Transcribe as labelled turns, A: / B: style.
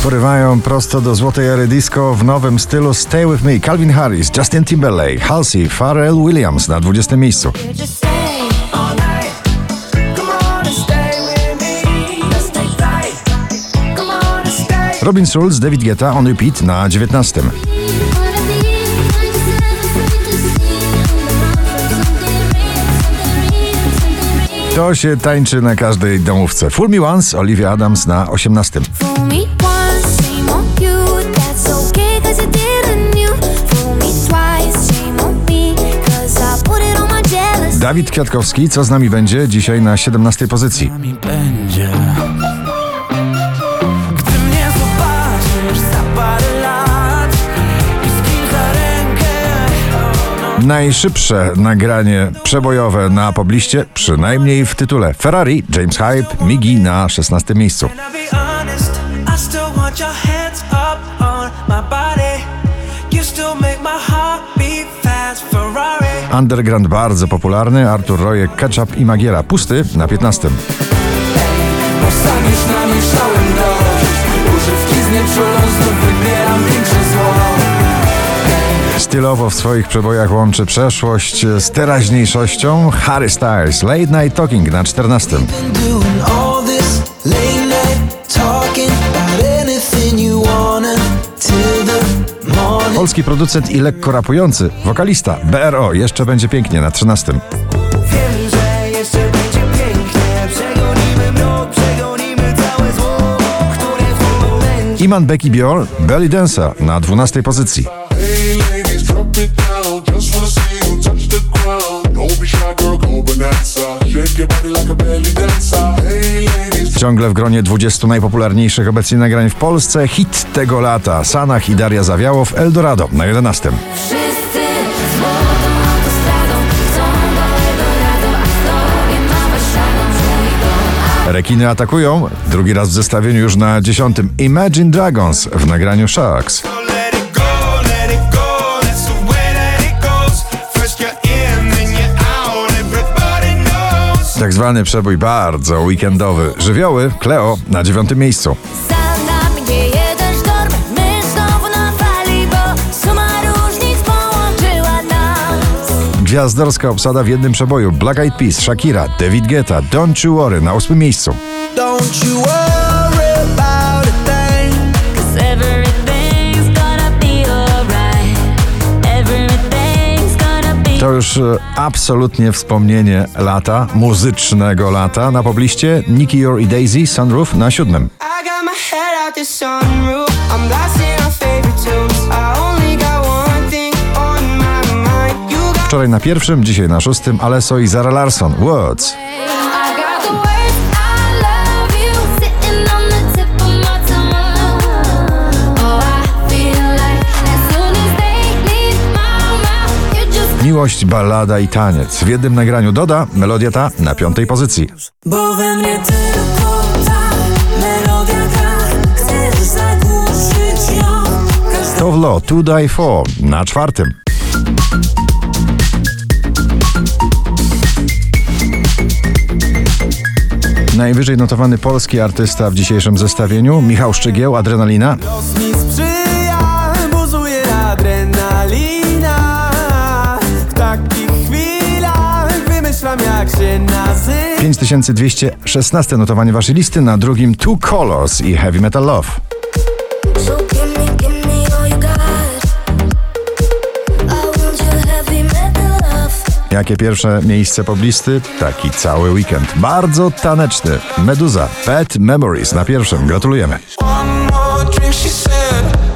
A: porywają prosto do złotej ery disco w nowym stylu Stay With Me. Calvin Harris, Justin Timberlake, Halsey, Pharrell Williams na 20. miejscu. Robin Schulz, David Guetta, On Repeat na 19. To się tańczy na każdej domówce. Fool Me Once, Olivia Adams na 18. Dawid Kwiatkowski, Co z nami będzie? Dzisiaj na 17. pozycji. Najszybsze nagranie przebojowe na pobliście, przynajmniej w tytule. Ferrari, James Hype, Miggy na 16. miejscu. Underground bardzo popularny, Artur Rojek, Ketchup i Magiera. Pusty na 15. Stylowo w swoich przebojach łączy przeszłość z teraźniejszością. Harry Styles, Late Night Talking na 14. Polski producent i lekko rapujący wokalista BRO, Jeszcze będzie pięknie na 13.
B: Wiem, że jeszcze będzie pięknie, przegonimy mrok, przegonimy całe zło, które w tym momencie...
A: Iman Becky Bior, Belly Dancer na 12. pozycji. Ciągle w gronie 20 najpopularniejszych obecnie nagrań w Polsce, hit tego lata Sanach i Daria Zawiałow, Eldorado na 11. Rekiny atakują, drugi raz w zestawieniu już na 10. Imagine Dragons w nagraniu Sharks. Tak zwany przebój bardzo weekendowy. Żywioły, Cleo na 9. miejscu. Gwiazdorska obsada w jednym przeboju. Black Eyed Peas, Shakira, David Guetta, Don't You Worry na 8. miejscu. To już absolutnie wspomnienie lata, muzycznego lata. Na pobliście Nicky Your i Daisy, Sunroof na 7. Wczoraj na 1, dzisiaj na 6, Alesso i Zara Larsson, Words. Miłość, ballada i taniec. W jednym nagraniu Doda, melodia ta na 5. pozycji.
C: Bo we mnie tylko ta melodia gra, chcesz zagłuszyć ją.
A: Tove Lo, To Die For na 4. Najwyżej notowany polski artysta w dzisiejszym zestawieniu, Michał Szczygieł, Adrenalina.
D: Los mi sprzyja, buzuje adrenalina. W takich chwilach wymyślam, jak się nazywa.
A: 5216 notowanie waszej listy, na 2. Two Colors i Heavy Metal Love. Jakie pierwsze miejsce poblisty? Taki cały weekend. Bardzo taneczny. Meduza, Bad Memories na 1. Gratulujemy.